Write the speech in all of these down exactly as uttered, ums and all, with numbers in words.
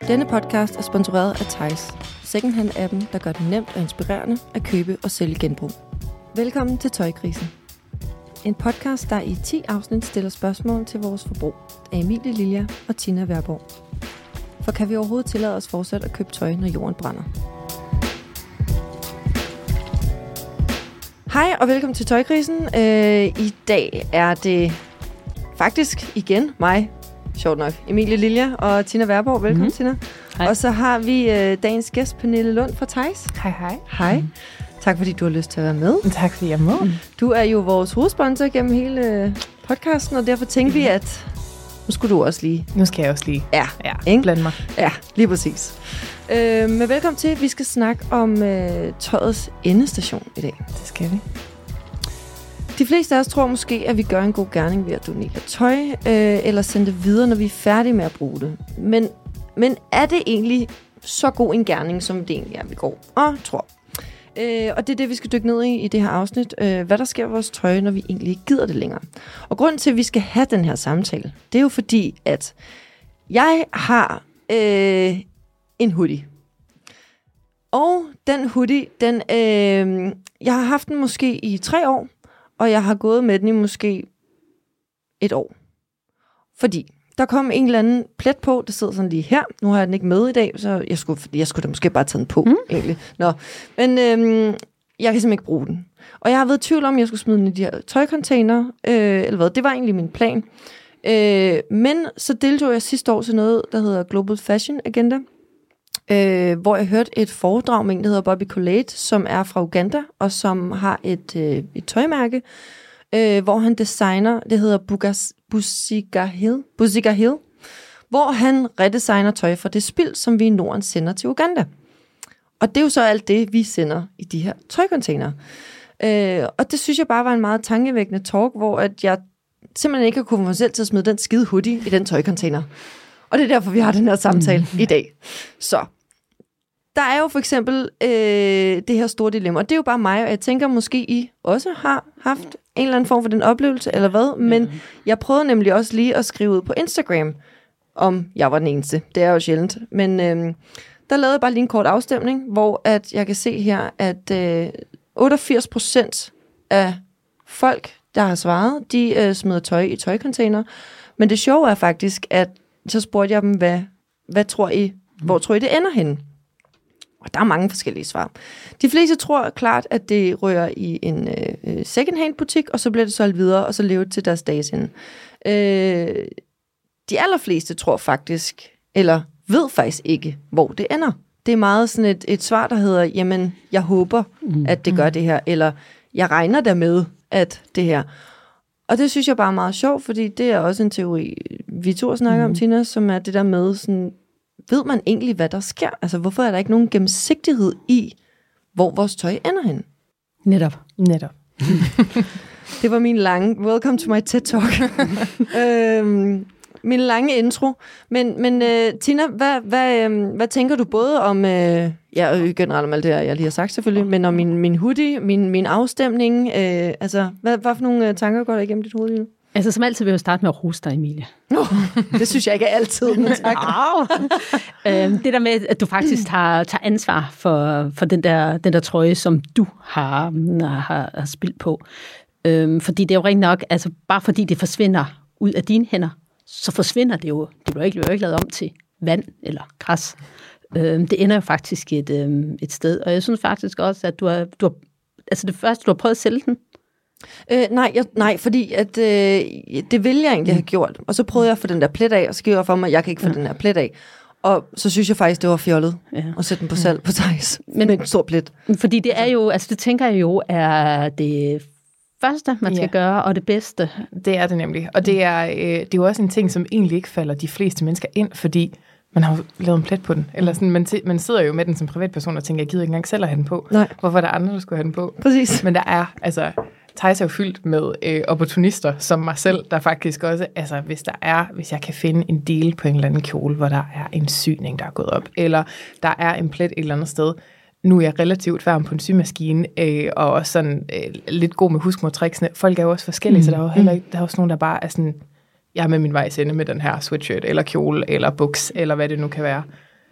Denne podcast er sponsoreret af Theis, secondhand-appen, der gør det nemt og inspirerende at købe og sælge genbrug. Velkommen til Tøjkrisen. En podcast, der i ti afsnit stiller spørgsmål til vores forbrug af Emilie Lilja og Tina Værborg. For kan vi overhovedet tillade os fortsat at købe tøj, når jorden brænder? Hej og velkommen til Tøjkrisen. Øh, I dag er det faktisk igen mig, sjovt nok, Emilie Lilja og Tina Værborg. Velkommen, mm-hmm. Tina. Hej. Og så har vi øh, dagens gæst, Pernille Lund fra Theis. Hej, hej. Hej. Mm. Tak fordi du har lyst til at være med. Tak fordi jeg må. Mm. Du er jo vores hovedsponsor gennem hele podcasten, og derfor tænkte mm. vi, at nu skulle du også lige... Nu skal jeg også lige ja, ja, blande mig. Ja, lige præcis. Øh, men velkommen til. Vi skal snakke om øh, tøjets endestation i dag. Det skal vi. De fleste af os tror måske, at vi gør en god gerning ved at donere tøj, øh, eller sende det videre, når vi er færdige med at bruge det. Men, men er det egentlig så god en gerning, som det egentlig er, vi går og tror? Øh, og det er det, vi skal dykke ned i i det her afsnit. Øh, hvad der sker med vores tøj, når vi egentlig ikke gider det længere. Og grunden til, at vi skal have den her samtale, det er jo fordi, at jeg har øh, en hoodie. Og den hoodie, den, øh, jeg har haft den måske i tre år, og jeg har gået med den i måske et år. Fordi der kom en eller anden plet på, der sidder sådan lige her. Nu har jeg den ikke med i dag, så jeg skulle, jeg skulle da måske bare tage den på, mm. egentlig. Nå. Men øhm, jeg kan simpelthen ikke bruge den. Og jeg har været i tvivl om, at jeg skulle smide den i de her tøjcontainer, øh, eller hvad. Det var egentlig min plan. Øh, men så deltog jeg sidste år til noget, der hedder Global Fashion Agenda, øh, hvor jeg hørte et foredrag med en, der hedder Bobby Colette, som er fra Uganda, og som har et, øh, et tøjmærke, øh, hvor han designer, det hedder Bugas, Busiga Hill, Busiga Hill, hvor han redesigner tøj for det spild, som vi i Norden sender til Uganda. Og det er jo så alt det, vi sender i de her tøjcontainer. Øh, og det synes jeg bare var en meget tankevækkende talk, hvor at jeg simpelthen ikke har kunnet få mig selv til at smide den skide hoodie i den tøjcontainer. Og det er derfor, vi har den her samtale mm. i dag. Så der er jo for eksempel øh, det her store dilemma, og det er jo bare mig, og jeg tænker måske, I også har haft en eller anden form for den oplevelse, eller hvad, men mm. jeg prøvede nemlig også lige at skrive ud på Instagram, om jeg var den eneste. Det er jo sjældent. Men øh, der lavede jeg bare lige en kort afstemning, hvor at jeg kan se her, at øh, otteogfirs procent af folk, der har svaret, de øh, smider tøj i tøjcontainer. Men det sjove er faktisk, at så spurgte jeg dem, hvad, hvad tror I, hvor tror I det ender henne? Og der er mange forskellige svar. De fleste tror klart, at det rører i en øh, second-hand butik, og så bliver det solgt videre, og så levet til deres dages ende. Øh, de allerfleste tror faktisk, eller ved faktisk ikke, hvor det ender. Det er meget sådan et, et svar, der hedder, jamen, jeg håber, at det gør det her, eller jeg regner der med, at det her. Og det synes jeg bare er meget sjovt, fordi det er også en teori, vi to snakker mm. om, Tina, som er det der med sådan, ved man egentlig, hvad der sker? Altså, hvorfor er der ikke nogen gennemsigtighed i, hvor vores tøj ender hen? Netop. Netop. Det var min lange, welcome to my TED-talk. øhm, min lange intro. Men, men uh, Tina, hvad, hvad, um, hvad tænker du både om, uh, ja, og generelt om alt det her, jeg lige har sagt selvfølgelig, men om min, min hoodie, min, min afstemning, uh, altså, hvad, hvad for nogle uh, tanker går der igennem dit hoved lige nu? Altså, som altid vil jeg starte med at rose dig, Emilie. Oh, det synes jeg ikke er altid. Tak. øhm, det der med, at du faktisk tager, tager ansvar for, for den, der, den der trøje, som du har, har, har spildt på. Øhm, fordi det er jo rent nok, altså bare fordi det forsvinder ud af dine hænder, så forsvinder det jo. Det bliver ikke, bliver ikke lavet om til vand eller græs. Øhm, det ender jo faktisk et, øhm, et sted. Og jeg synes faktisk også, at du har, du har, altså det første, du har prøvet at sælge den. Øh, nej, jeg, nej, fordi at, øh, det ville jeg egentlig have gjort. Og så prøvede jeg at få den der plet af, og så gjorde jeg for mig, at jeg kan ikke få ja. den der plet af. Og så synes jeg faktisk, det var fjollet ja. at sætte den på salg på Theis med en stor plet. Fordi det er jo, altså det tænker jeg jo, er det første, man skal ja. gøre, og det bedste. Det er det nemlig. Og det er, øh, det er jo også en ting, som egentlig ikke falder de fleste mennesker ind, fordi man har jo lavet en plet på den. Eller sådan, man, t- man sidder jo med den som privatperson og tænker, jeg gider ikke engang selv at have den på. Nej. Hvorfor er der andre, der skulle have den på? Præcis. Men der er, altså... Theis er jo fyldt med øh, opportunister som mig selv, der faktisk også, altså hvis der er, hvis jeg kan finde en del på en eller anden kjole, hvor der er en syning, der er gået op, eller der er en plet et eller andet sted. Nu er jeg relativt varm på en symaskine, øh, og også sådan øh, lidt god med husmortricksene. Folk er jo også forskellige, mm. så der er jo heller ikke, der er også nogen, der bare er sådan, jeg er med min vejs ende med den her sweatshirt, eller kjole, eller buks, eller hvad det nu kan være.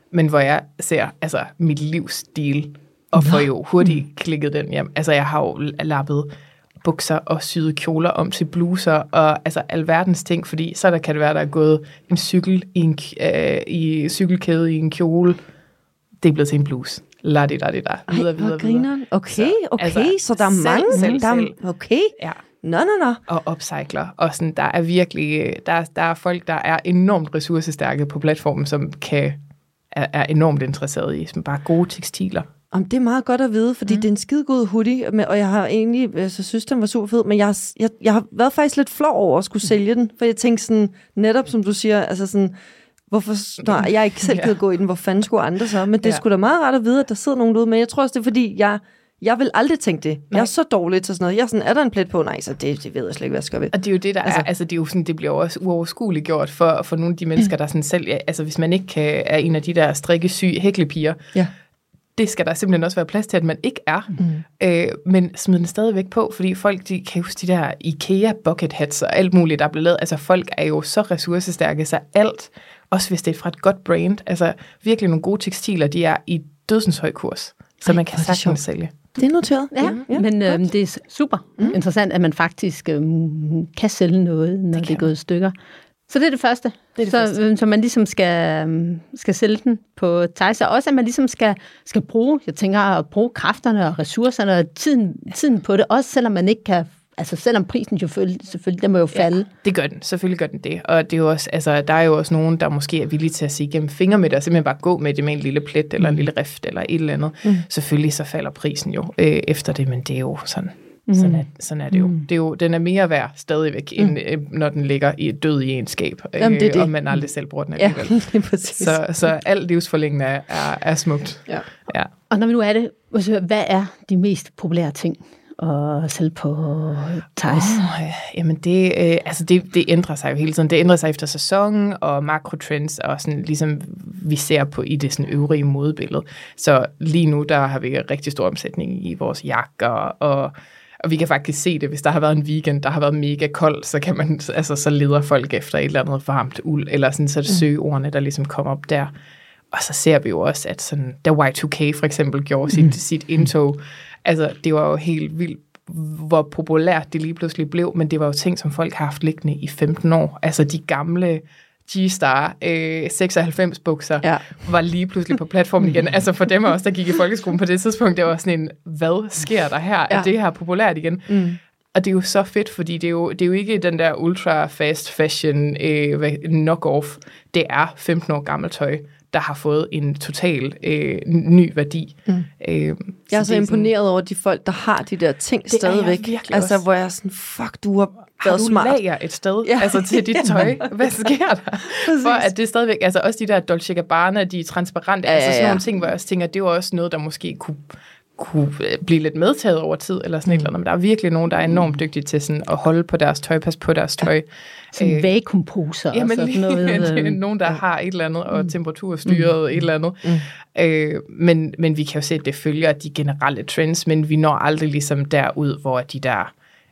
men hvor jeg ser altså mit livsstil, og får jo hurtigt klikket den hjem. Altså, jeg har jo lappet bukser og syet kjoler om til bluser, og altså alverdens ting, fordi så der kan det være, der er gået en cykel i en øh, i cykelkæde i en kjole. Det er blevet til en bluse. La di da di da. Videre, videre, videre. Okay, så, okay, altså, så der er selv, mange. Selv, der er, selv. okay. Ja. Nå, nå, nå. Og upcycler. Og sådan, der er virkelig, der, der er folk, der er enormt ressourcestærke på platformen, som kan, er, er enormt interesserede i, som bare gode tekstiler. Om det er meget godt at vide, fordi mm. det er en skidegod hoodie, og jeg har egentlig, altså, synes, den var super fed, men jeg, jeg, jeg har været faktisk lidt flov over at skulle sælge den, for jeg tænkte sådan, netop som du siger, altså sådan, hvorfor, nej, jeg er ikke selv givet ja. gå i den, hvor fanden skulle andre så, men det er ja. sgu da meget rart at vide, at der sidder nogen derude, men jeg tror også, det er fordi, jeg, jeg vil aldrig tænke det. Nej. Jeg er så dårlig til sådan noget. Jeg er sådan, er der en plet på? Nej, så det, det ved jeg slet ikke, hvad jeg skal ved. Og det er jo det, der altså, er, altså det er jo sådan, det bliver jo også uoverskueligt gjort for, for nogle af de mennesker, der sådan selv, ja, altså hvis man ikke kan, er en af de der strikkesyge hæklepiger, ja. det skal der simpelthen også være plads til, at man ikke er. Mm. Øh, men smid den stadigvæk på, fordi folk, de kan huske de der IKEA bucket hats og alt muligt, der er blevet lavet. Altså folk er jo så ressourcestærke, så alt, også hvis det er fra et godt brand, altså virkelig nogle gode tekstiler, de er i dødsens høj kurs, så Ej, man kan sagtens sælge. Det er noteret. Ja, ja, men øh, det er super mm. interessant, at man faktisk øh, kan sælge noget, når det, det er gået i stykker. Så det er det første. Det er det så, første. Så man ligesom skal, skal sælge den på Theis, og også at man ligesom skal, skal bruge, jeg tænker, at bruge kræfterne og ressourcerne og tiden, tiden på det, også selvom man ikke kan, altså selvom prisen jo selvfølgelig, selvfølgelig den må jo falde. Ja, det gør den, selvfølgelig gør den det, og det er jo også, altså der er jo også nogen, der måske er villige til at se igennem fingre med det, og simpelthen bare gå med det med en lille plet, eller en lille rift, eller et eller andet. Mm. Selvfølgelig så falder prisen jo øh, efter det, men det er jo sådan... Mm. Sådan, er, sådan er det jo. Det er jo. Den er mere værd stadigvæk, mm. end øh, når den ligger i død i egenskab, øh, Jamen, det det. og man aldrig selv bruger den alligevel. Ja, det er præcis. Så, så alt livsforlængende er, er, er smukt. Ja. Ja. Og når vi nu er det, hvad er de mest populære ting at sælge på Theis? Oh, jamen det, øh, altså det, det ændrer sig jo hele tiden. Det ændrer sig efter sæson og makrotrends, og sådan ligesom vi ser på i det sådan øvrige modebillede. Så lige nu, der har vi rigtig stor omsætning i vores jakker, og Og vi kan faktisk se det, hvis der har været en weekend, der har været mega kold, så kan man, altså så leder folk efter et eller andet varmt uld, eller sådan, så er det søgeordene, der ligesom kommer op der. Og så ser vi jo også, at sådan, da Y to K for eksempel gjorde sit, mm. sit indtog, altså det var jo helt vildt, hvor populært det lige pludselig blev, men det var jo ting, som folk har haft liggende i femten år. Altså de gamle G-Star øh, seksoghalvfems bukser ja. var lige pludselig på platformen igen. Altså for dem også, der gik i folkeskolen på det tidspunkt, det var sådan en, hvad sker der her? Ja. Er det her populært igen? Mm. Og det er jo så fedt, fordi det er jo, det er jo ikke den der ultra fast fashion øh, knock-off. Det er femten år gammelt tøj, der har fået en total øh, ny værdi. Mm. Øh, jeg er så, så imponeret sådan, over de folk, der har de der ting det stadigvæk. Altså, også. Hvor jeg er sådan, fuck, du har været smart. Har du lager et sted ja. altså, til dit tøj? Hvad sker der? For at det stadigvæk, altså også de der Dolce Gabbana, de er transparente, ja, ja, ja. altså sådan nogle ting, hvor jeg også tænker, det var også noget, der måske kunne kunne blive lidt medtaget over tid, eller sådan mm. et eller andet. Men der er virkelig nogen, der er enormt dygtige til sådan at holde på deres tøj, passe på deres tøj. Sådan øh, vakuumposer og sådan lige, noget. Det er nogen, der ja. har et eller andet, og mm. temperaturstyret mm. et eller andet. Mm. Øh, men, men vi kan jo se, at det følger de generelle trends, men vi når aldrig ligesom derud, hvor de der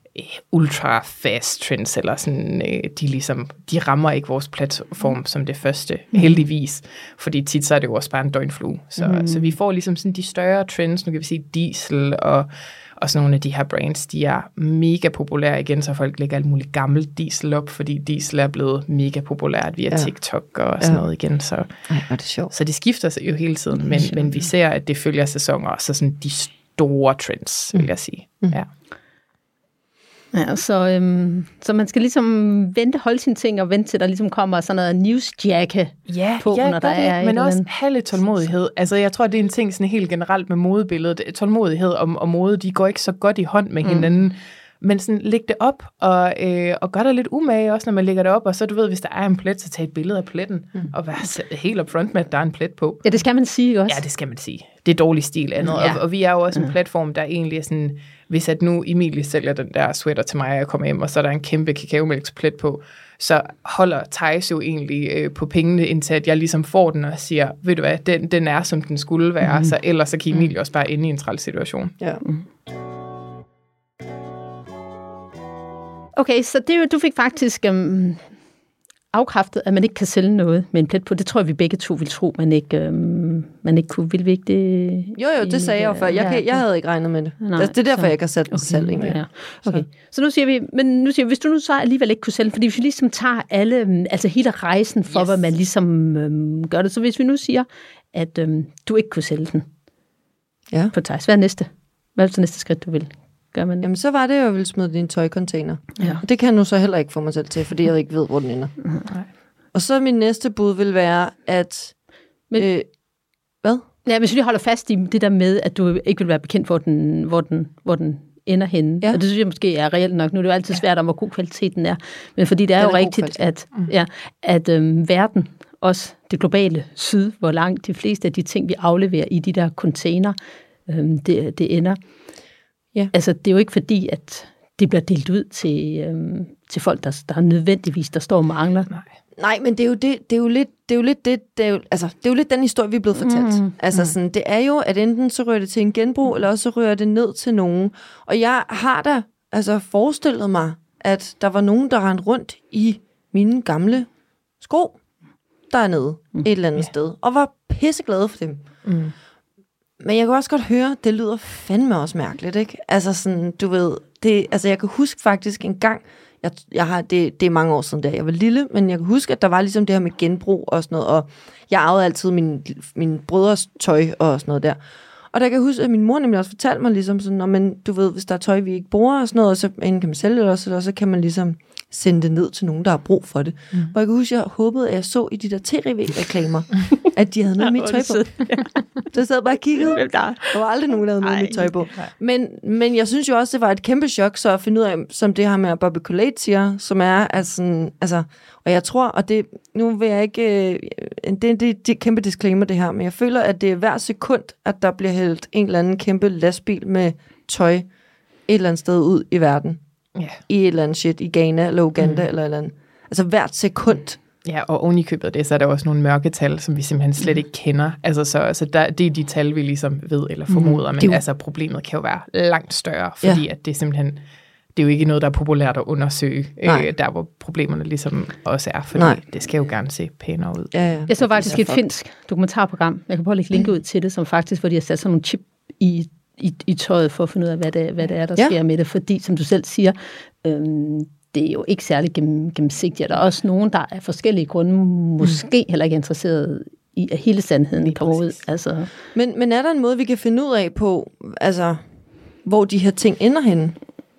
ultra fast trends, eller sådan, de ligesom, de rammer ikke vores platform mm. som det første, mm. heldigvis, fordi tit så er det jo også bare en døgnflue. Så, mm. så vi får ligesom sådan de større trends, nu kan vi sige Diesel, og, og sådan nogle af de her brands, de er mega populære igen, så folk lægger alt muligt gammelt Diesel op, fordi Diesel er blevet mega populært via ja. TikTok og sådan ja. noget igen. Så, Ej, er det sjovt. Så det skifter sig jo hele tiden, men, men vi ser, at det følger sæsoner, så sådan de store trends, vil jeg sige. Mm. Ja. Ja, så, øhm, så man skal ligesom vente, holde sine ting og vente til, der ligesom kommer sådan noget newsjacke ja, på, ja, når der det, er men også anden. have lidt tålmodighed. Altså, jeg tror, det er en ting sådan helt generelt med modebilledet. Tålmodighed og, og mode, de går ikke så godt i hånd med mm. hinanden. Men sådan, læg det op, og, øh, og gør dig lidt umage også, når man lægger det op, og så du ved, hvis der er en plet, så tag et billede af pletten, mm. og vær helt up front med, at der er en plet på. Ja, det skal man sige også. Ja, det skal man sige. Det er dårlig stil andet, ja. og, og vi er jo også en platform, der egentlig er sådan, hvis at nu Emilie sælger den der sweater til mig, og jeg kommer hjem, og så er der en kæmpe kakaomælksplet på, så holder Theis jo egentlig øh, på pengene, indtil at jeg ligesom får den og siger, ved du hvad, den, den er, som den skulle være, mm. så ellers så kan Emilie også bare ende i en træls situation. Ja. Mm. Okay, så det, du fik faktisk øhm, afkræftet, at man ikke kan sælge noget med en plet på. Det tror jeg, vi begge to vil tro, man ikke, øhm, man ikke kunne. Vil vi ikke det? Jo, jo, det sagde jeg jo før. Jeg, kan, jeg havde ikke regnet med det. Nej, det er derfor, så, jeg ikke har sat den okay, selv egentlig. Ja. Okay. Så. så nu siger vi, men nu siger vi, hvis du nu så alligevel ikke kunne sælge, fordi hvis vi ligesom tager alle, altså hele rejsen for, yes. hvad man ligesom øhm, gør det. Så hvis vi nu siger, at øhm, du ikke kunne sælge den ja. på Theis, hvad er næste? Hvad er så næste skridt, du vil? Gør man? Jamen, så var det jo, at jeg ville smide din tøjcontainer. Ja. Og det kan jeg nu så heller ikke få mig selv til, fordi jeg ikke ved, hvor den ender. Mm-hmm. Og så min næste bud vil være, at... Men, øh, hvad? Ja, hvis vi holder fast i det der med, at du ikke vil være bekendt, hvor den, hvor den, hvor den ender henne. Ja. Og det synes jeg måske er reelt nok. Nu er det jo altid svært om, hvor god kvaliteten er. Men fordi det er den jo er rigtigt, at, mm. ja, at øhm, verden, også det globale syd, hvor langt de fleste af de ting, vi afleverer i de der container, øhm, det, det ender. Ja. Altså, det er jo ikke fordi, at det bliver delt ud til, øhm, til folk, der, der nødvendigvis, der står og mangler. Nej. Nej, men det er jo det, det er jo lidt, det er jo lidt det, det er jo, altså, det er jo lidt den historie, vi er blevet fortalt. Mm, altså mm. sådan, det er jo, at enten så rører det til en genbrug, mm. eller også så rører det ned til nogen. Og jeg har da altså forestillet mig, at der var nogen, der rendte rundt i mine gamle sko, dernede mm. et eller andet yeah. sted, og var pisseglade for dem. Mm. Men jeg kan også godt høre, det lyder fandme også mærkeligt, ikke? Altså sådan, du ved, det, altså jeg kan huske faktisk en gang, jeg, jeg har, det, det er mange år siden, da jeg var lille, men jeg kan huske, at der var ligesom det her med genbrug og sådan noget, og jeg arvede altid min, min brødres tøj og sådan noget der. Og der kan jeg huske, at min mor nemlig også fortalte mig ligesom sådan, men du ved, hvis der er tøj, vi ikke bruger og sådan noget, og så enten kan man sælge det også, og så kan man ligesom sende det ned til nogen, der har brug for det. Mm. Og jeg kan huske, at jeg håbede, at jeg så i de der T R V-reklamer, at de havde noget med mit tøj på. Så sad bare og kiggede. Der var aldrig nogen, der havde noget med mit tøj på. Men, men jeg synes jo også, det var et kæmpe chok, så at finde ud af, som det her med, at Bobby Collate siger, som er, altså, altså, og jeg tror, og det, nu vil jeg ikke, øh, det, det, det er kæmpe disclaimer det her, men jeg føler, at det er hver sekund, at der bliver hældt en eller anden kæmpe lastbil med tøj et eller andet sted ud i verden. Yeah. I et eller andet shit, i Ghana eller Uganda mm. eller et eller andet. Altså hvert sekund. Ja, og oven i købet af det, så er der også nogle mørketal, som vi simpelthen slet ikke kender. Altså, så altså, der, det er de tal, vi ligesom ved eller formoder, mm. men jo. Altså, problemet kan jo være langt større, fordi ja. At det simpelthen, det er jo ikke noget, der er populært at undersøge, øh, der hvor problemerne ligesom også er, fordi Nej. Det skal jo gerne se pænere ud. Ja, ja. Jeg så faktisk et finsk dokumentarprogram, jeg kan prøve at lægge linket ud til det, som faktisk, hvor de har sat sådan nogle chip i I, i tøjet for at finde ud af, hvad det, hvad det er, der ja. Sker med det. Fordi, som du selv siger, øhm, det er jo ikke særlig gennem, gennemsigtigt. Der er også nogen, der af forskellige grunde måske mm. heller ikke er interesseret i, at hele sandheden kommer ud. Altså. Men, men er der en måde, vi kan finde ud af på, altså, hvor de her ting ender henne?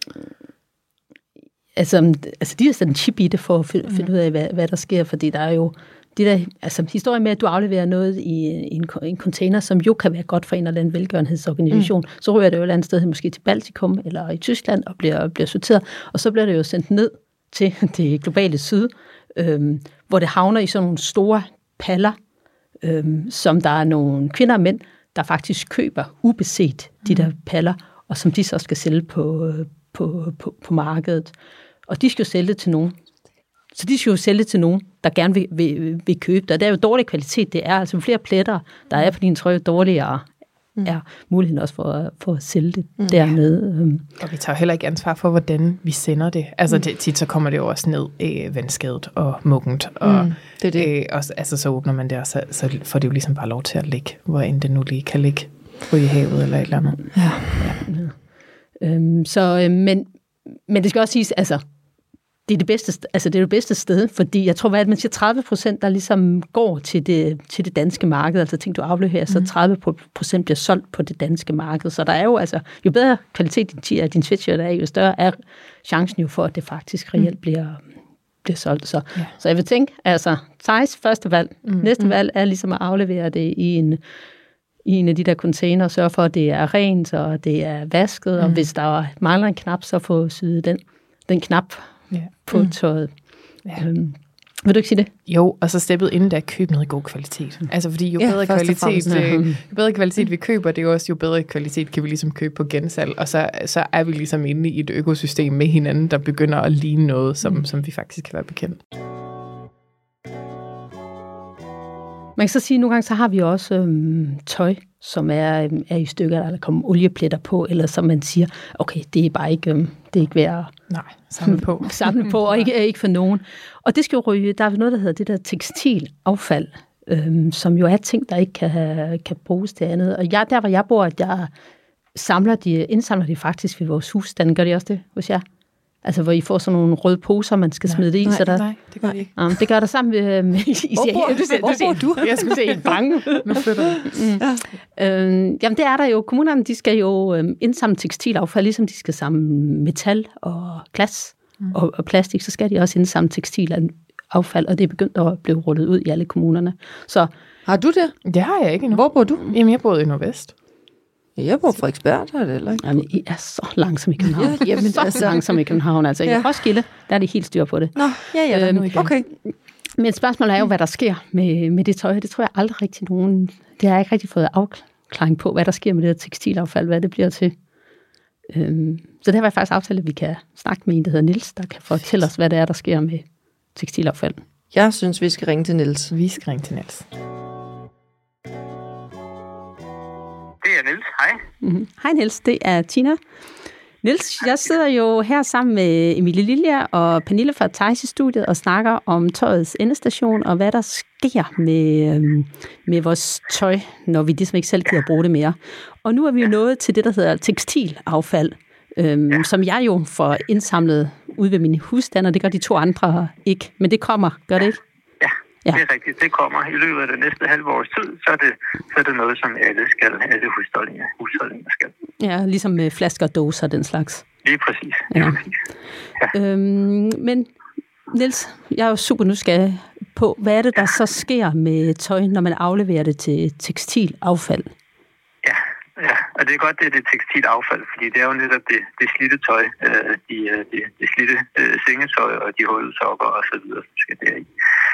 Altså, altså de har sat en chip i det for at finde, mm. finde ud af, hvad, hvad der sker, fordi der er jo det der, altså historien med, at du afleverer noget i en, en container, som jo kan være godt for en eller anden velgørenhedsorganisation, mm. så ryger det jo et eller andet sted, måske til Baltikum eller i Tyskland, og bliver, bliver sorteret, og så bliver det jo sendt ned til det globale syd, øhm, hvor det havner i sådan nogle store paller, øhm, som der er nogle kvinder og mænd, der faktisk køber ubeset de der paller, og som de så skal sælge på, på, på, på markedet. Og de skal jo sælge det til nogen. Så de skal jo sælge til nogen, der gerne vil, vil, vil købe det. Og det er jo dårlig kvalitet, det er. Altså flere pletter, der er på din trøje, dårligere mm. er muligheden også for, for at sælge det mm. dernede. Og vi tager heller ikke ansvar for, hvordan vi sender det. Altså mm. det, tit så kommer det jo også ned øh, vandskadet og muggent. Og, mm. det er det. Øh, også, altså så åbner man det, og så, så får det jo ligesom bare lov til at ligge, hvor end det nu lige kan ligge ude i havet eller et eller andet. Ja. ja. Øhm, så, øh, men, men det skal også siges, altså, det er det bedste, altså det er det bedste sted, fordi jeg tror, hvad man siger, tredive procent, der ligesom går til det, til det danske marked, altså ting, du afleverer, så tredive procent bliver solgt på det danske marked. Så der er jo, altså, jo bedre kvalitet din, din sweatshirt er, jo større er chancen jo for, at det faktisk reelt bliver, bliver solgt. Så, ja. så jeg vil tænke, altså, Theis første valg, mm. næste mm. valg er ligesom at aflevere det i en, i en af de der container, og sørge for, at det er rent, og det er vasket, mm. og hvis der mangler en knap, så få syet den, den knap Ja. på mm. tøjet. Ja. Øhm, vil du ikke sige det? Jo, og så steppet inden der køb noget i god kvalitet. Mm. Altså fordi jo bedre, ja, kvalitet, øh, jo bedre kvalitet vi køber, det er jo også jo bedre kvalitet kan vi ligesom købe på gensalg, og så, så er vi ligesom inde i et økosystem med hinanden, der begynder at ligne noget, som, mm. som vi faktisk kan være bekendt. Man kan så sige, at nogle gange så har vi også øhm, tøj, som er, øhm, er i stykker, eller der kommer oliepletter på, eller som man siger, okay, det er bare ikke, øhm, det er ikke værd at Nej, samle på. samle på, og ikke, ikke for nogen. Og det skal jo ryge, der er noget, der hedder det der tekstilaffald, øhm, som jo er ting, der ikke kan, kan bruges til andet. Og jeg, der, hvor jeg bor, at jeg samler de, indsamler de faktisk ved vores husstand. Gør de også det hos jer? Altså, hvor I får sådan nogle røde poser, man skal nej, smide det i. Nej, så der, nej, det gør vi ikke. Um, det gør der sammen med... med hvor bor du? ser, Hvor du, ser, bor du? Jeg skulle se en bange. Nu flytter mm. ja. øhm, Jamen, det er der jo. Kommunerne, de skal jo øhm, indsamle tekstilaffald, ligesom de skal samle metal og glas mm. og, og plastik, så skal de også indsamle tekstilaffald, og det er begyndt at blive rullet ud i alle kommunerne. Så har du det? Det har jeg ikke endnu. Hvor bor du? Jamen, jeg boede i Nordvest. Jeg bor på Frederiksberg, der er det heller ikke. Jamen, I er så langsom i København. Ja, jamen, så altså. langsom i København. Altså, Ja. i Roskilde, der er de helt styr på det. Nå, ja, ja, Øhm, okay. Men spørgsmålet er jo, hvad der sker med, med det tøj. Det tror jeg aldrig rigtig nogen... Det har jeg ikke rigtig fået afklaring på, hvad der sker med det her tekstilaffald, hvad det bliver til. Øhm, så det har jeg faktisk aftalt, at vi kan snakke med en, der hedder Niels, der kan fortælle os, hvad det er, der sker med tekstilaffald. Jeg synes, vi skal ringe til Niels. Vi skal ringe til Niels. Det er Niels. Hej. Mm-hmm. Hej Niels, det er Tina. Niels, jeg sidder jo her sammen med Emilie Lilja og Pernille fra Theis i studiet og snakker om tøjets endestation og hvad der sker med, øhm, med vores tøj, når vi ligesom ikke selv gider bruge det mere. Og nu er vi jo nået til det, der hedder tekstilaffald, øhm, ja. som jeg jo får indsamlet ud ved min husstand, og det gør de to andre ikke. Men det kommer, gør det ikke? Ja, ja. Det er rigtigt. Det kommer i løbet af det næste halve års tid, så er det, så er det noget, som alle skal, alle husholdninger, husholdninger skal. Ja, ligesom med flasker og dåser og den slags. Lige præcis. Lige ja. præcis. Ja. Øhm, men Niels, jeg er jo super nysgerrig på, hvad er det, der så sker med tøj, når man afleverer det til tekstilaffald? Ja, ja, og det er godt, det er det tekstilaffald, fordi det er jo netop det, det slidte tøj, øh, de, de, de slidte øh, sengetøj og de hullede sokker og så videre, som skal deri.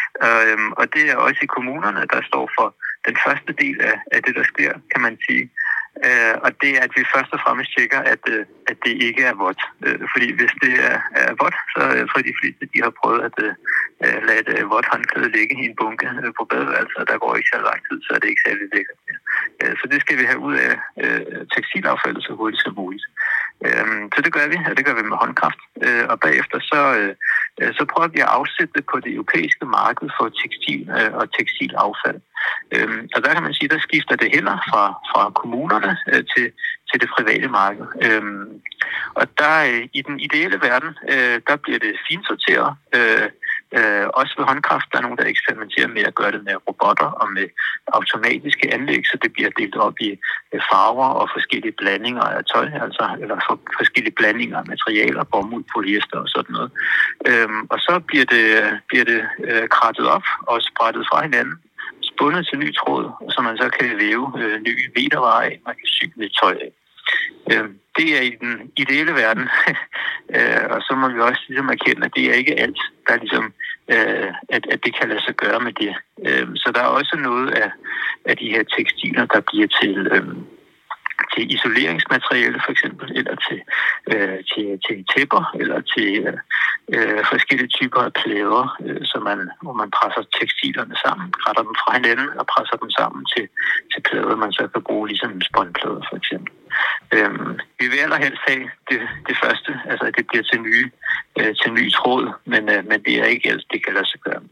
Øhm, og det er også i kommunerne, der står for den første del af, af det, der sker, kan man sige. Øh, og det er, at vi først og fremmest tjekker, at, øh, at det ikke er vådt. Øh, fordi hvis det er, er vådt, så jeg tror de fleste, de har prøvet at øh, lade et øh, vådt håndklæde ligge i en bunke øh, på badeværelset, og der går ikke så lang tid, så er det ikke særlig lækkert mere. Øh, så det skal vi have ud af øh, tekstilaffaldet så hurtigt som muligt. Øh, så det gør vi, og det gør vi med håndkraft. Øh, og bagefter så, øh, så prøver vi at afsætte det på det europæiske marked for tekstil øh, og tekstilaffald. Øhm, og der kan man sige, der skifter det heller fra, fra kommunerne øh, til, til det private marked. Øhm, og der øh, i den ideelle verden, øh, der bliver det finsorteret, øh, øh, også ved håndkraft. Der er nogen, der eksperimenterer med at gøre det med robotter og med automatiske anlæg, så det bliver delt op i øh, farver og forskellige blandinger af tøj, altså, eller for, forskellige blandinger af materialer, bomuld, polyester og sådan noget. Øhm, og så bliver det, bliver det øh, krattet op og sprættet fra hinanden, bundet til ny tråd, så man så kan væve øh, ny metervarer af, man kan sy lidt tøj af. Øh, det er i den ideelle verden, øh, og så må vi også ligesom erkende, at det er ikke alt, der ligesom, øh, at, at det kan lade sig gøre med det. Øh, så der er også noget af, af de her tekstiler, der bliver til... Øh, til isoleringsmateriale for eksempel, eller til, øh, til, til tæpper, eller til øh, forskellige typer af plader, øh, så man, hvor man presser tekstilerne sammen, retter dem fra hinanden og presser dem sammen til, til plader, man så kan bruge, ligesom spåndplader for eksempel. Øh, vi vil allerhelst have det, det første, altså at det bliver til nye, øh, til ny tråd, men, øh, men det er ikke alt, det kan lade sig gøre.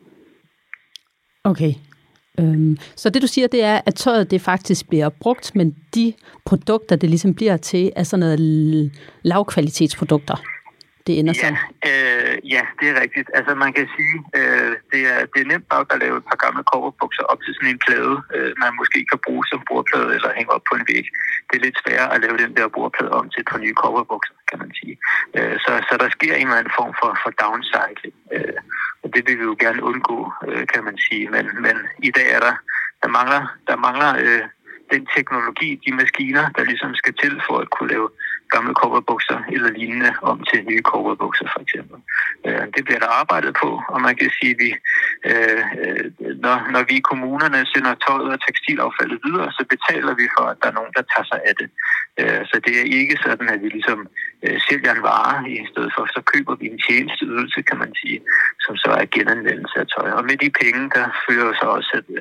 Okay. Øhm, så det du siger, det er, at tøjet det faktisk bliver brugt, men de produkter, det ligesom bliver til, er sådan noget lavkvalitetsprodukter. Det ender ja, sådan. Øh, ja, det er rigtigt. Altså man kan sige, øh, det, er, det er nemt nok at lave et par gamle coverbukser op til sådan en plade, øh, man måske kan bruge som bordplade eller hænge op på en væg. Det er lidt sværere at lave den der bordplade om til et par nye coverbukser, kan man sige. Øh, så, så der sker en eller anden form for, for downcycling. Øh, og det vil vi jo gerne undgå, øh, kan man sige. Men, men i dag er der, der mangler, der mangler øh, den teknologi, de maskiner, der ligesom skal til for at kunne lave gamle coverbukser eller lignende om til nye coverbukser for eksempel. Øh, det bliver der arbejdet på, og man kan sige, at vi, øh, når, når vi i kommunerne sender tøjet og tekstilaffaldet videre, så betaler vi for, at der er nogen, der tager sig af det. Øh, så det er ikke sådan, at vi ligesom øh, sælger en vare i stedet for, så køber vi en tjenesteydelse, kan man sige, som så er genanvendelse af tøj. Og med de penge, der fører så også, at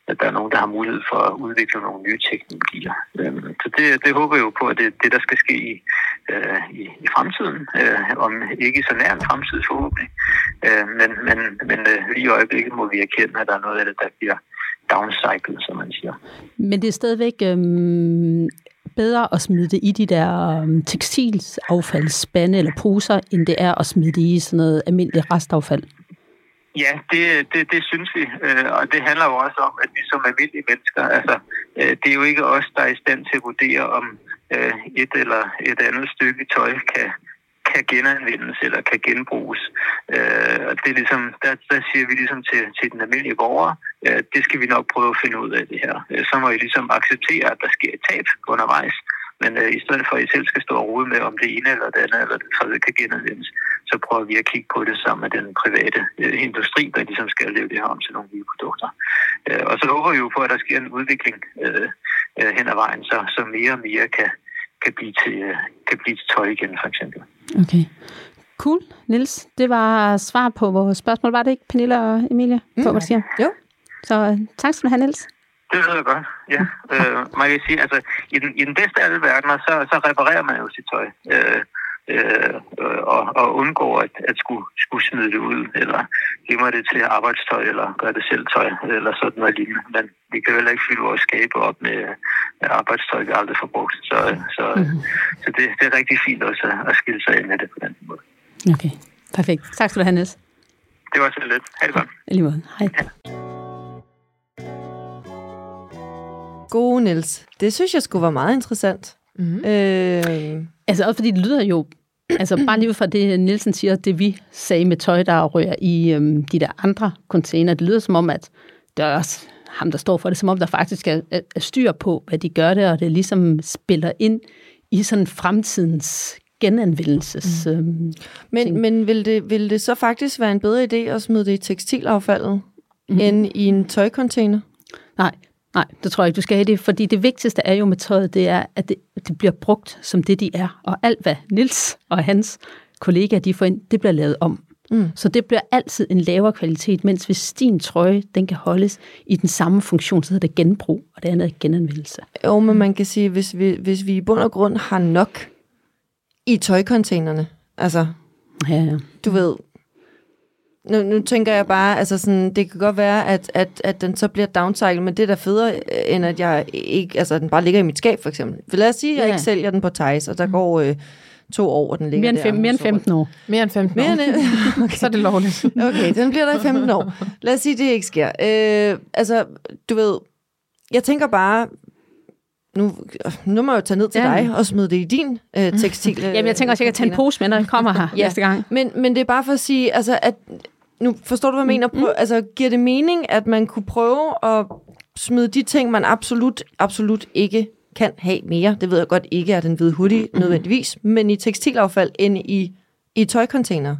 at der er nogen, der har mulighed for at udvikle nogle nye teknologier. Øhm, så det, det håber jeg jo på, at det det, der skal ske i, øh, i, i fremtiden, øh, om ikke så nær en fremtid forhåbentlig. Øh, men men, men øh, lige i øjeblikket må vi erkende, at der er noget af det, der bliver downcyclet, som man siger. Men det er stadigvæk øhm, bedre at smide det i de der øhm, tekstilsaffaldsspande eller poser, end det er at smide det i sådan noget almindeligt restaffald. Ja, det, det, det synes vi, øh, og det handler jo også om, at vi som almindelige mennesker, altså øh, det er jo ikke os, der er i stand til at vurdere, om øh, et eller et andet stykke tøj kan, kan genanvendes eller kan genbruges. Øh, og det er ligesom, der, der siger vi ligesom til, til den almindelige borger, øh, det skal vi nok prøve at finde ud af det her. Øh, så må I ligesom acceptere, at der sker et tab undervejs. Men øh, i stedet for, at I selv skal stå og rode med, om det ene eller det andet eller det tredje kan genanvendes, så prøver vi at kigge på det sammen med den private øh, industri, der ligesom skal lave det her om til nogle nye produkter. Øh, og så håber vi jo på, at der sker en udvikling øh, øh, hen ad vejen, så, så mere og mere kan, kan, blive til, øh, kan blive til tøj igen, for eksempel. Okay. Cool, Niels. Det var svar på vores spørgsmål. Var det ikke, Pernille og Emilie? Mm. På, hvad du siger? Jo. Så øh, tak skal du have, Niels. Det ved jeg godt, ja. Øh, man kan sige, altså, i den, i den bedste af alle verdener, så, så reparerer man jo sit tøj, øh, øh, og, og undgår at, at skulle, skulle smide det ud, eller gemmer det til arbejdstøj, eller gør det selv tøj, eller sådan noget lignende. Men vi kan jo heller ikke fylde vores skabe op med, med arbejdstøj, vi aldrig får brugt. Så, så, mm-hmm. så det, det er rigtig fint også at, at skille sig ind med det på den måde. Okay, perfekt. Tak skal du have, Niels. Det var så lidt. Ha' det godt. I lige måde. Hej. Ja. Gode, Niels. Det synes jeg skulle være meget interessant. Mm-hmm. Øh... Altså også fordi det lyder jo, altså bare lige fra det Nielsen siger, det vi sagde med tøj, der rører i øhm, de der andre container, det lyder som om, at det er også ham, der står for det, som om der faktisk er, er styr på, hvad de gør det, og det ligesom spiller ind i sådan fremtidens genanvendelses... Mm. Øhm, men men vil, det, vil det så faktisk være en bedre idé at smide det i tekstilaffaldet, mm. end i en tøjcontainer? Nej, Nej, det tror jeg ikke, du skal have det, fordi det vigtigste er jo med tøjet, det er, at det, det bliver brugt som det, de er. Og alt, hvad Niels og hans kollegaer, de får ind, det bliver lavet om. Mm. Så det bliver altid en lavere kvalitet, mens hvis din trøje, den kan holdes i den samme funktion, så hedder det genbrug, og det andet er genanvendelse. Jo, men man kan sige, hvis vi, hvis vi i bund og grund har nok i tøjcontainerne, altså, ja, ja. du ved... Nu, nu tænker jeg bare, altså sådan, det kan godt være, at, at, at den så bliver downcyclet, men det er da federe, end at jeg ikke, altså den bare ligger i mit skab, for eksempel. For lad os sige, at jeg ja. ikke sælger den på Theis, og der går øh, to år, og den ligger mere end fem, der. Mere end femten år. Mere end femten år. Mere end, okay. Så er det lovligt. Okay, den bliver der i femten år. Lad os sige, at det ikke sker. Øh, altså, du ved, jeg tænker bare, nu, nu må jeg jo tage ned til ja. dig og smide det i din øh, tekstil. Øh, Jamen, jeg tænker også, at jeg kan tage en pose med, når jeg kommer her ja. næste gang. Men, men det er bare for at sige, altså, at nu forstår du, hvad jeg mener? Prøv, mm. altså, giver det mening, at man kunne prøve at smide de ting, man absolut, absolut ikke kan have mere? Det ved jeg godt ikke er den hvide hoodie mm. nødvendigvis, men i tekstilaffald end i, i tøjcontainer.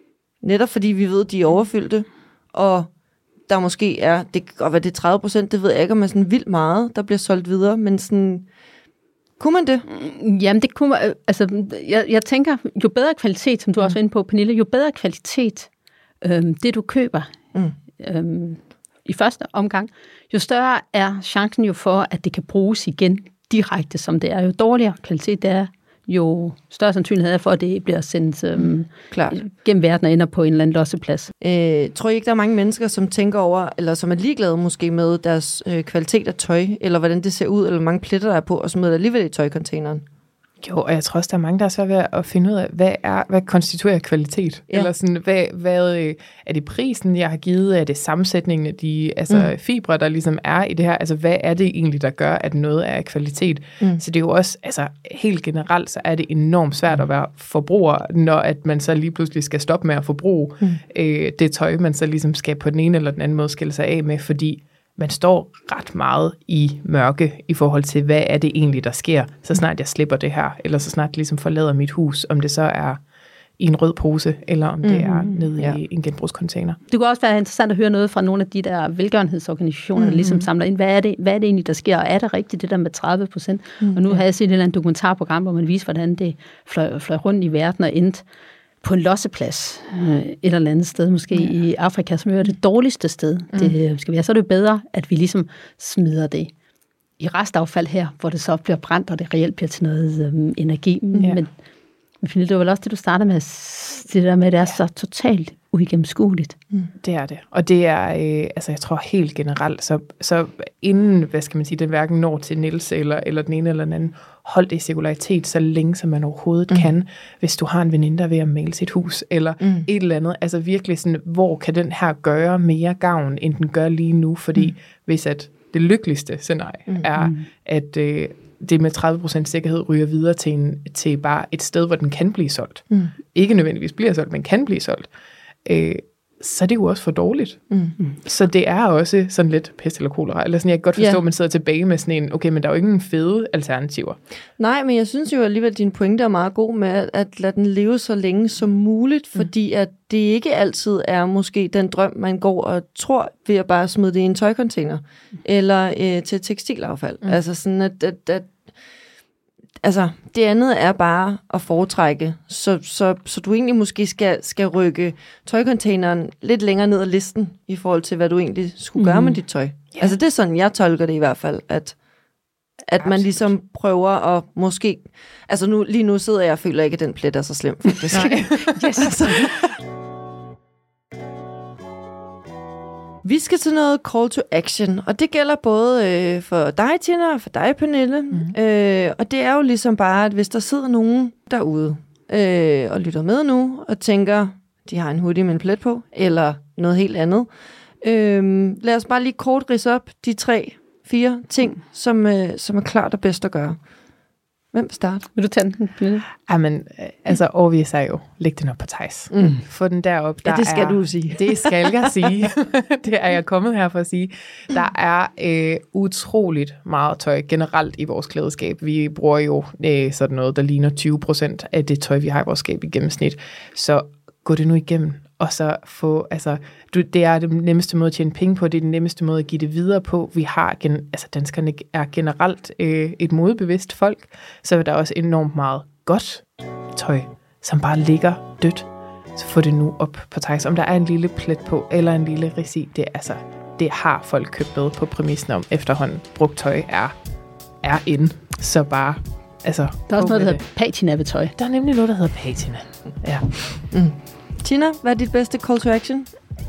Netop fordi vi ved, de er overfyldte, og der måske er, det kan godt være det er tredive procent, det ved jeg ikke, om er sådan vildt meget, der bliver solgt videre, men sådan... Kunne man det? Jamen, det kunne man, altså, jeg, jeg tænker, jo bedre kvalitet, som du mm. også var inde på, Pernille, jo bedre kvalitet, øhm, det du køber mm. øhm, i første omgang, jo større er chancen jo for, at det kan bruges igen direkte, som det er. Jo dårligere kvalitet det er, jo større sandsynlighed er for, at det bliver sendt øhm, gennem verden og ender på en eller anden losseplads. Øh, tror I ikke, der er mange mennesker, som tænker over, eller som er ligeglade måske med deres øh, kvalitet af tøj, eller hvordan det ser ud, eller hvor mange pletter der er på, og smider det alligevel i tøjcontaineren? Jo, og jeg tror også, der er mange, der er svært ved at finde ud af, hvad, er, hvad konstituerer kvalitet? Ja. Eller sådan, hvad, hvad er det prisen, jeg har givet? Er det sammensætningen af de altså, mm. fibre, der ligesom er i det her? Altså, hvad er det egentlig, der gør, at noget er kvalitet? Mm. Så det er jo også, altså helt generelt, så er det enormt svært at være forbruger, når at man så lige pludselig skal stoppe med at forbruge mm. øh, det tøj, man så ligesom skal på den ene eller den anden måde skille sig af med, fordi man står ret meget i mørke i forhold til, hvad er det egentlig, der sker, så snart jeg slipper det her, eller så snart jeg ligesom forlader mit hus, om det så er i en rød pose, eller om det mm-hmm. er nede ja. i en genbrugscontainer. Det kunne også være interessant at høre noget fra nogle af de der velgørenhedsorganisationer, mm-hmm. der ligesom samler ind. Hvad er, det, hvad er det egentlig, der sker? Og er det rigtigt, det der med tredive procent? Mm-hmm. Og nu har jeg set et eller andet dokumentarprogram, hvor man viser, hvordan det fløj, fløj rundt i verden og endte på en losseplads øh, et eller andet sted, måske ja. i Afrika, som er det dårligste sted, mm. det skal være, så er det jo bedre, at vi ligesom smider det i restaffald her, hvor det så bliver brændt, og det reelt bliver til noget øhm, energi. Ja. Men, men Pernille, det var vel også det, du startede med, det der med, at det er så totalt uigennemskueligt. Mm. Det er det. Og det er, øh, altså jeg tror helt generelt, så, så inden, hvad skal man sige, den hverken når til Niels eller, eller den ene eller den anden, hold det i cirkularitet så længe, som man overhovedet mm. kan, hvis du har en veninde, der er ved at male sit hus, eller mm. et eller andet. Altså virkelig sådan, hvor kan den her gøre mere gavn, end den gør lige nu? Fordi mm. hvis at det lykkeligste scenarie mm. er, at øh, det med tredive procent sikkerhed ryger videre til, en, til bare et sted, hvor den kan blive solgt. Mm. Ikke nødvendigvis bliver solgt, men kan blive solgt. Øh, så er det jo også for dårligt. Mm. Så det er også sådan lidt pest eller kolera. Eller sådan, jeg kan godt forstå, yeah. at man sidder tilbage med sådan en, okay, men der er jo ingen fede alternativer. Nej, men jeg synes jo alligevel, at din pointe er meget god med, at, at lade den leve så længe som muligt, mm. fordi at det ikke altid er måske den drøm, man går og tror ved at bare smide det i en tøjcontainer, mm. eller øh, til tekstilaffald. Mm. Altså sådan, at, at, at altså, det andet er bare at foretrække, så, så, så du egentlig måske skal, skal rykke tøjcontaineren lidt længere ned ad listen, i forhold til, hvad du egentlig skulle gøre mm. med dit tøj. Yeah. Altså, det er sådan, jeg tolker det i hvert fald, at, at man ligesom prøver at måske... Altså, nu, lige nu sidder jeg og føler ikke, at den plet er så slem, faktisk. Yes. Altså. Vi skal til noget call to action, og det gælder både øh, for dig, Tina, og for dig, Pernille. Mm. Øh, og det er jo ligesom bare, at hvis der sidder nogen derude øh, og lytter med nu, og tænker, de har en hoodie med en plet på, eller noget helt andet. Øh, lad os bare lige kort ridse op de tre, fire ting, som, øh, som er klart og bedst at gøre. Hvem starter? Vil du tage den, Pernille? Jamen, altså obvious er jo, læg den op på Theis. Mm. Få den derop. Der ja, det skal er, du sige. Det skal jeg sige. Det er jeg kommet her for at sige. Der er øh, utroligt meget tøj generelt i vores klædeskab. Vi bruger jo øh, sådan noget, der ligner tyve procent af det tøj, vi har i vores skab i gennemsnit. Så gå det nu igennem. Og så få, altså, du, det er den nemmeste måde at tjene penge på, det er den nemmeste måde at give det videre på. Vi har, gen, altså danskerne er generelt øh, et modebevidst folk, så er der også enormt meget godt tøj, som bare ligger dødt. Så få det nu op på Theis. Om der er en lille plet på, eller en lille risi, det, altså, det har folk købt med på præmissen om efterhånden. Brugt tøj er, er inde, så bare... Altså, der er også noget, der hedder patina-tøj. Der er nemlig noget, der hedder patina. Ja. Mm. Tina, hvad er dit bedste call to action?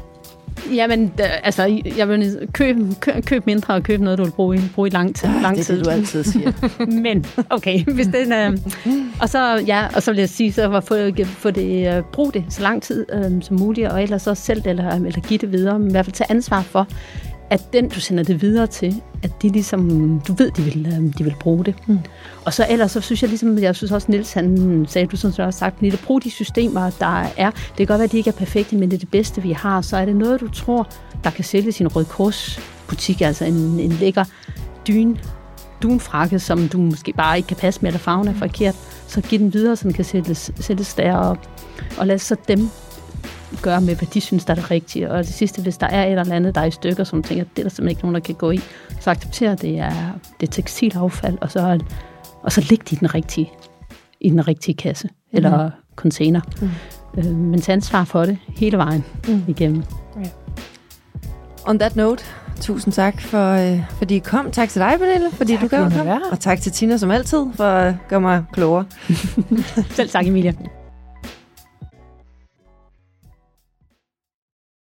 Jamen, altså, jeg vil købe, køb, køb mindre og købe noget, du vil bruge i, bruge i lang tid. Ja, lang det er tid. det, du altid siger. Men, okay, hvis den er... Og så, ja, og så vil jeg sige, så få, få det, brug det så lang tid øh, som muligt, og ellers så selv eller, eller give det videre, men i hvert fald tage ansvar for, at den, du sender det videre til, at de ligesom, du ved, de vil, de vil bruge det. Mm. Og så ellers, så synes jeg ligesom, jeg synes også, Niels, han sagde, du sådan har sagt, Niels, brug de systemer, der er. Det kan godt være, at de ikke er perfekte, men det er det bedste, vi har. Så er det noget, du tror, der kan sælge sin Røde Kors butik, altså en, en lækker dyn, dunfrakke, som du måske bare ikke kan passe med, eller farven er forkert, så giv den videre, så den kan sættes, sættes der, og, og lad så dem gøre med, hvad de synes, der er det rigtige. Og det sidste, hvis der er et eller andet, der er i stykker, som tænker, det er der simpelthen ikke nogen, der kan gå i, så accepterer det er det tekstilaffald, og så, og så læg det i den rigtige, i den rigtige kasse, mm. eller container. Mm. Øh, men tag ansvar for det hele vejen mm. igennem. Yeah. On that note, tusind tak, for, øh, fordi I kom. Tak til dig, Pernille, fordi tak, du gad at komme. Og tak til Tina, som altid, for at gøre mig klogere. Selv tak, Emilia.